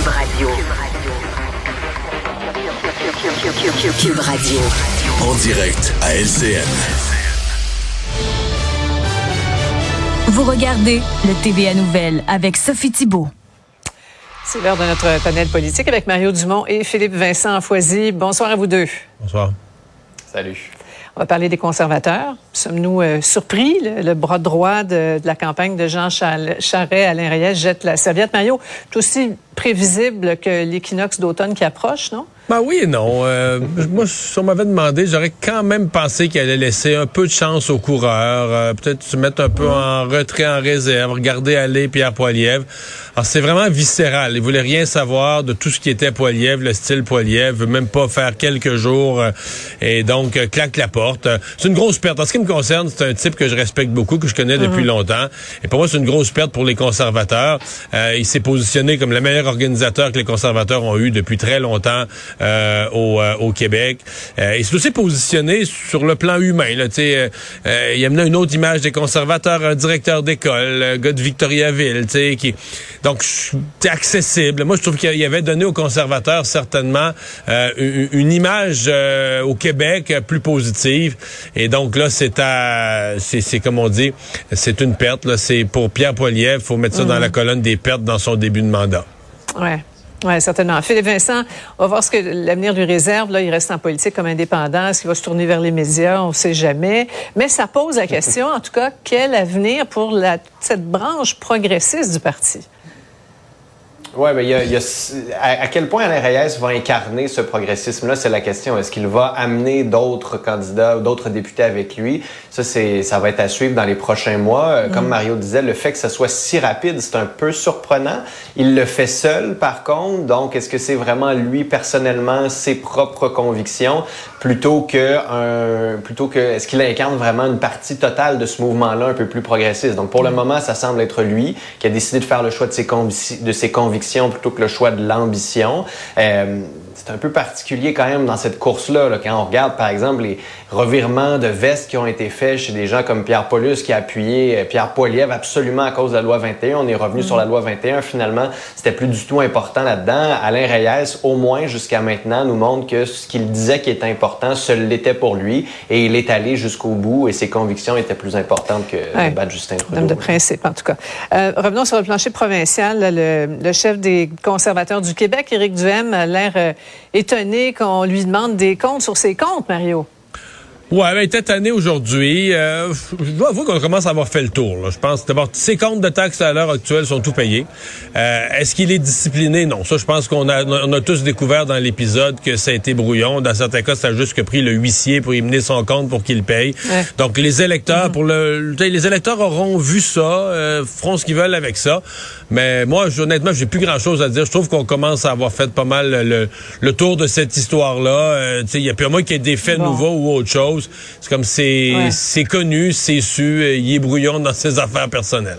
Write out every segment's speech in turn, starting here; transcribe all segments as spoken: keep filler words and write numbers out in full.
Cube Radio. Cube Radio. En direct à L C N. Vous regardez le T V A Nouvelles avec Sophie Thibault. C'est l'heure de notre panel politique avec Mario Dumont et Philippe Vincent Foisy. Bonsoir à vous deux. Bonsoir. Salut. On va parler des conservateurs. Sommes-nous euh, surpris? Le, le bras droit de, de la campagne de Jean Charest, Alain Reyes jette la serviette. Mario, c'est aussi prévisible que l'équinoxe d'automne qui approche, non? Ben oui et non. Euh, moi, si on m'avait demandé, j'aurais quand même pensé qu'il allait laisser un peu de chance aux coureurs, euh, peut-être se mettre un peu en retrait, en réserve, regarder aller Pierre Poilievre. Alors, c'est vraiment viscéral. Il voulait rien savoir de tout ce qui était Poilievre, le style Poilievre, veut même pas faire quelques jours euh, et donc euh, claque la porte. Euh, c'est une grosse perte. En ce qui me concerne, c'est un type que je respecte beaucoup, que je connais depuis mm-hmm. longtemps. Et pour moi, c'est une grosse perte pour les conservateurs. Euh, il s'est positionné comme le meilleur organisateur que les conservateurs ont eu depuis très longtemps. Euh, au, euh, au Québec. Euh, il s'est aussi positionné sur le plan humain. Là, euh, euh, il a mené une autre image des conservateurs, un directeur d'école, un gars de Victoriaville, qui donc c'est accessible. Moi, je trouve qu'il avait donné aux conservateurs certainement euh, une, une image euh, au Québec plus positive. Et donc là, c'est à, c'est, c'est comme on dit, c'est une perte. Là, c'est pour Pierre Poilievre, il faut mettre ça mmh. dans la colonne des pertes dans son début de mandat. Ouais. Oui, certainement. Philippe Vincent, on va voir ce que l'avenir lui réserve. Là, il reste en politique comme indépendant. Est-ce qu'il va se tourner vers les médias? On ne sait jamais. Mais ça pose la question, en tout cas, quel avenir pour la, cette branche progressiste du parti? Oui, mais il y a, il y a à, à quel point Alain Reyes va incarner ce progressisme-là, c'est la question. Est-ce qu'il va amener d'autres candidats ou d'autres députés avec lui? Ça, c'est, ça va être à suivre dans les prochains mois. Comme mmh. Mario disait, le fait que ça soit si rapide, c'est un peu surprenant. Il le fait seul, par contre. Donc, est-ce que c'est vraiment lui, personnellement, ses propres convictions, plutôt que un, plutôt que, est-ce qu'il incarne vraiment une partie totale de ce mouvement-là un peu plus progressiste? Donc, pour mmh. le moment, ça semble être lui qui a décidé de faire le choix de ses, convic- de ses convictions plutôt que le choix de l'ambition. Euh, c'est un peu particulier quand même dans cette course-là, là, quand on regarde, par exemple, les revirements de veste qui ont été faits chez des gens comme Pierre Paulus qui a appuyé euh, Pierre Poilievre absolument à cause de la loi vingt et un. On est revenu mmh. sur la loi vingt et un. Finalement, c'était plus du tout important là-dedans. Alain Reyes, au moins jusqu'à maintenant, nous montre que ce qu'il disait qui était important, ce l'était pour lui. Et il est allé jusqu'au bout et ses convictions étaient plus importantes que ouais. de battre Justin Trudeau. Homme de principe, en tout cas. Euh, revenons sur le plancher provincial. Là, le, le chef des conservateurs du Québec, Éric Duhaime, a l'air euh, étonné qu'on lui demande des comptes sur ses comptes, Mario. Ouais, ben, il était tanné aujourd'hui. Euh, je dois avouer qu'on commence à avoir fait le tour. Là. Je pense d'abord, ses comptes de taxes à l'heure actuelle sont tout payés. Euh, est-ce qu'il est discipliné? Non. Ça, je pense qu'on a, on a tous découvert dans l'épisode que ça a été brouillon. Dans certains cas, ça a juste que pris le huissier pour y mener son compte pour qu'il paye. Ouais. Donc, les électeurs, mm-hmm. pour le, les électeurs auront vu ça, euh, feront ce qu'ils veulent avec ça. Mais moi, honnêtement, j'ai plus grand-chose à dire. Je trouve qu'on commence à avoir fait pas mal le, le tour de cette histoire-là. Euh, tu sais, il y a plus moi qu'il y ait des faits bon. nouveaux ou autre chose. C'est comme c'est, ouais. c'est connu, c'est su, il est brouillon dans ses affaires personnelles.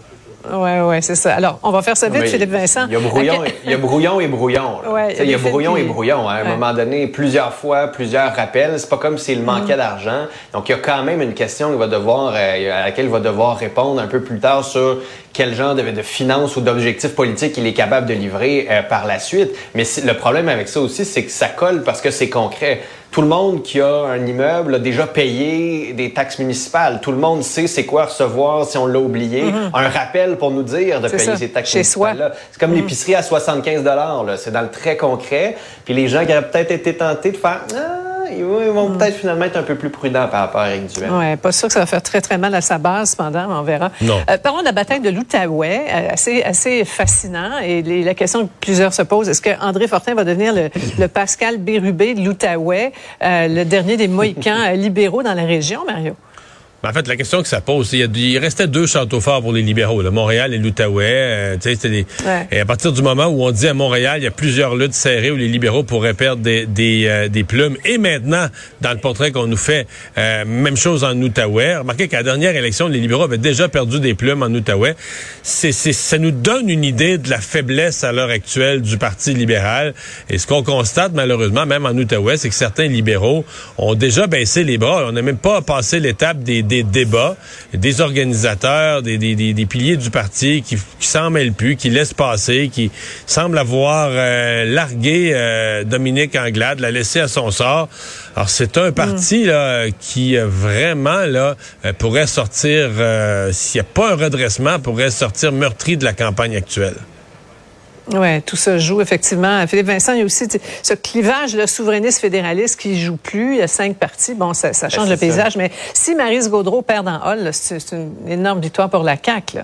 Oui, oui, c'est ça. Alors, on va faire ça vite, Philippe Vincent. Il y a brouillon, okay. il y a brouillon et brouillon. Ouais, il y a brouillon et brouillon. Hein. À un ouais. moment donné, plusieurs fois, plusieurs rappels. C'est pas comme s'il manquait mm. d'argent. Donc, il y a quand même une question qu'il va devoir, euh, à laquelle il va devoir répondre un peu plus tard sur quel genre de, de finances ou d'objectifs politiques il est capable de livrer euh, par la suite. Mais le problème avec ça aussi, c'est que ça colle parce que c'est concret. Tout le monde qui a un immeuble a déjà payé des taxes municipales. Tout le monde sait c'est quoi recevoir si on l'a oublié. Mm-hmm. Un rappel pour nous dire de c'est payer ça. Ces taxes Chez municipales-là. C'est comme mm-hmm. l'épicerie à soixante-quinze dollars. Là. C'est dans le très concret. Puis les gens qui auraient peut-être été tentés de faire... Ah, ils vont mm. peut-être finalement être un peu plus prudents par rapport à Éric Duhaime. Oui, pas sûr que ça va faire très, très mal à sa base, cependant, on verra. Non. Euh, parlons de la bataille de l'Outaouais, euh, assez, assez fascinant. Et les, la question que plusieurs se posent, est-ce qu'André Fortin va devenir le, le Pascal Bérubé de l'Outaouais, euh, le dernier des Mohicans libéraux dans la région, Mario? En fait, la question que ça pose, c'est il, il restait deux châteaux forts pour les libéraux, là, Montréal et l'Outaouais. Euh, tu sais, c'était des, ouais. Et à partir du moment où on dit à Montréal, il y a plusieurs luttes serrées où les libéraux pourraient perdre des des, euh, des plumes. Et maintenant, dans le portrait qu'on nous fait, euh, même chose en Outaouais. Remarquez qu'à la dernière élection, les libéraux avaient déjà perdu des plumes en Outaouais. C'est, c'est, ça nous donne une idée de la faiblesse à l'heure actuelle du Parti libéral. Et ce qu'on constate, malheureusement, même en Outaouais, c'est que certains libéraux ont déjà baissé les bras. On n'a même pas passé l'étape des des débats, des organisateurs, des, des, des, des piliers du parti qui, qui s'en mêlent plus, qui laissent passer, qui semblent avoir euh, largué euh, Dominique Anglade, l'a laissé à son sort. Alors c'est un parti mmh. là qui euh, vraiment là euh, pourrait sortir, euh, s'il n'y a pas un redressement, pourrait sortir meurtri de la campagne actuelle. Oui, tout ça joue effectivement. Philippe Vincent, il y a aussi ce clivage là, souverainiste-fédéraliste qui joue plus. Il y a cinq partis. Bon, ça, ça change ben, le paysage. Ça. Mais si Maryse Gaudreault perd dans Hall, là, c'est, c'est une énorme victoire pour la C A Q. Là.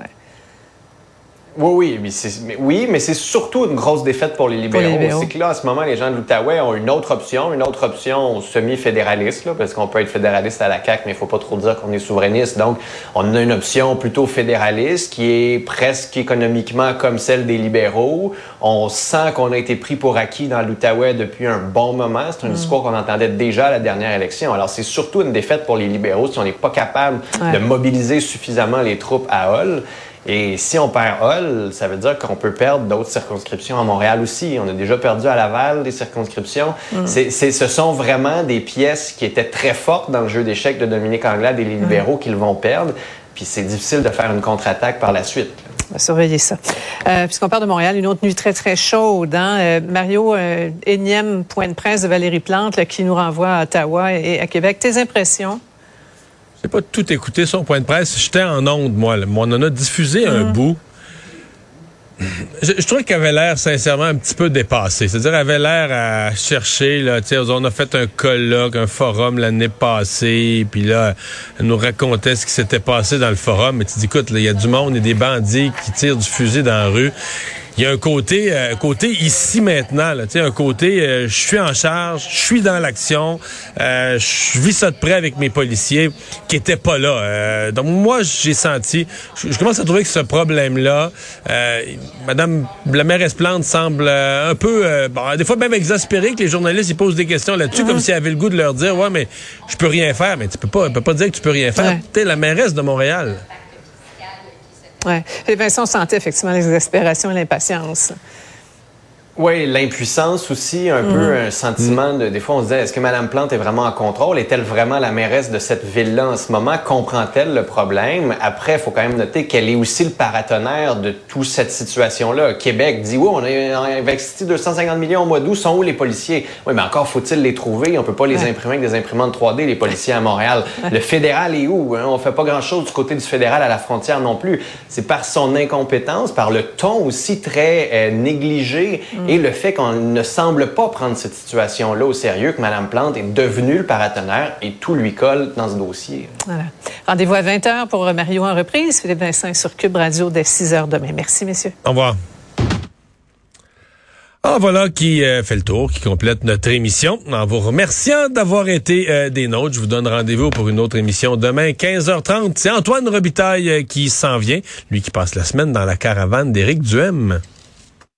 Oui, oui, mais c'est, mais, oui, mais c'est surtout une grosse défaite pour les libéraux. Pour les libéraux. C'est que là, en ce moment, les gens de l'Outaouais ont une autre option, une autre option semi-fédéraliste, là, parce qu'on peut être fédéraliste à la C A Q, mais il ne faut pas trop dire qu'on est souverainiste. Donc, on a une option plutôt fédéraliste qui est presque économiquement comme celle des libéraux. On sent qu'on a été pris pour acquis dans l'Outaouais depuis un bon moment. C'est un mmh. discours qu'on entendait déjà à la dernière élection. Alors, c'est surtout une défaite pour les libéraux si on n'est pas capable ouais. de mobiliser suffisamment les troupes à Hall. Et si on perd Hall, ça veut dire qu'on peut perdre d'autres circonscriptions à Montréal aussi. On a déjà perdu à Laval des circonscriptions. Mm. C'est, c'est, ce sont vraiment des pièces qui étaient très fortes dans le jeu d'échecs de Dominique Anglade et les libéraux mm. qui le vont perdre. Puis c'est difficile de faire une contre-attaque par la suite. On va surveiller ça. Euh, puisqu'on parle de Montréal, une autre nuit très, très chaude. Hein? Euh, Mario, euh, énième point de presse de Valérie Plante là, qui nous renvoie à Ottawa et à Québec. Tes impressions? J'ai pas tout écouté son point de presse. J'étais en onde, moi. Là. On en a diffusé mmh. un bout. Je, je trouvais qu'elle avait l'air, sincèrement, un petit peu dépassée. C'est-à-dire, elle avait l'air à chercher, là, tu sais, on a fait un colloque, un forum l'année passée, puis là, elle nous racontait ce qui s'était passé dans le forum. Mais tu dis, écoute, il y a du monde, il y a des bandits qui tirent du fusil dans la rue. Il y a un côté, euh, côté ici maintenant, là, tu sais, un côté, euh, je suis en charge, je suis dans l'action, euh, je vis ça de près avec mes policiers, qui étaient pas là. Euh, donc moi, j'ai senti, je, je commence à trouver que ce problème-là, euh, Madame la mairesse Plante semble euh, un peu, euh, bon, des fois même exaspérée que les journalistes ils posent des questions là-dessus, mm-hmm. comme si elle avait le goût de leur dire, ouais, mais je peux rien faire, mais tu peux pas, tu peux pas dire que tu peux rien faire. Ouais. T'es la mairesse de Montréal. Oui. Et Vincent, on sentait effectivement l'exaspération et l'impatience. Oui, l'impuissance aussi, un mmh. peu un sentiment de... Des fois, on se disait, est-ce que Mme Plante est vraiment en contrôle? Est-elle vraiment la mairesse de cette ville-là en ce moment? Comprend-elle le problème? Après, il faut quand même noter qu'elle est aussi le paratonnerre de toute cette situation-là. Québec dit, oui, on a investi deux cent cinquante millions au mois d'août, sont où les policiers? Oui, mais encore faut-il les trouver? On peut pas les ouais. imprimer avec des imprimantes trois D, les policiers à Montréal. Ouais. Le fédéral est où? Hein? On fait pas grand-chose du côté du fédéral à la frontière non plus. C'est par son incompétence, par le ton aussi très euh, négligé, mmh. et le fait qu'on ne semble pas prendre cette situation-là au sérieux, que Mme Plante est devenue le paratonnerre et tout lui colle dans ce dossier. Voilà. Rendez-vous à vingt heures pour Mario en reprise. Philippe Vincent sur Cube Radio dès six heures demain. Merci, messieurs. Au revoir. Ah, voilà qui euh, fait le tour, qui complète notre émission. En vous remerciant d'avoir été euh, des nôtres, je vous donne rendez-vous pour une autre émission demain, quinze heures trente. C'est Antoine Robitaille euh, qui s'en vient, lui qui passe la semaine dans la caravane d'Éric Duhem.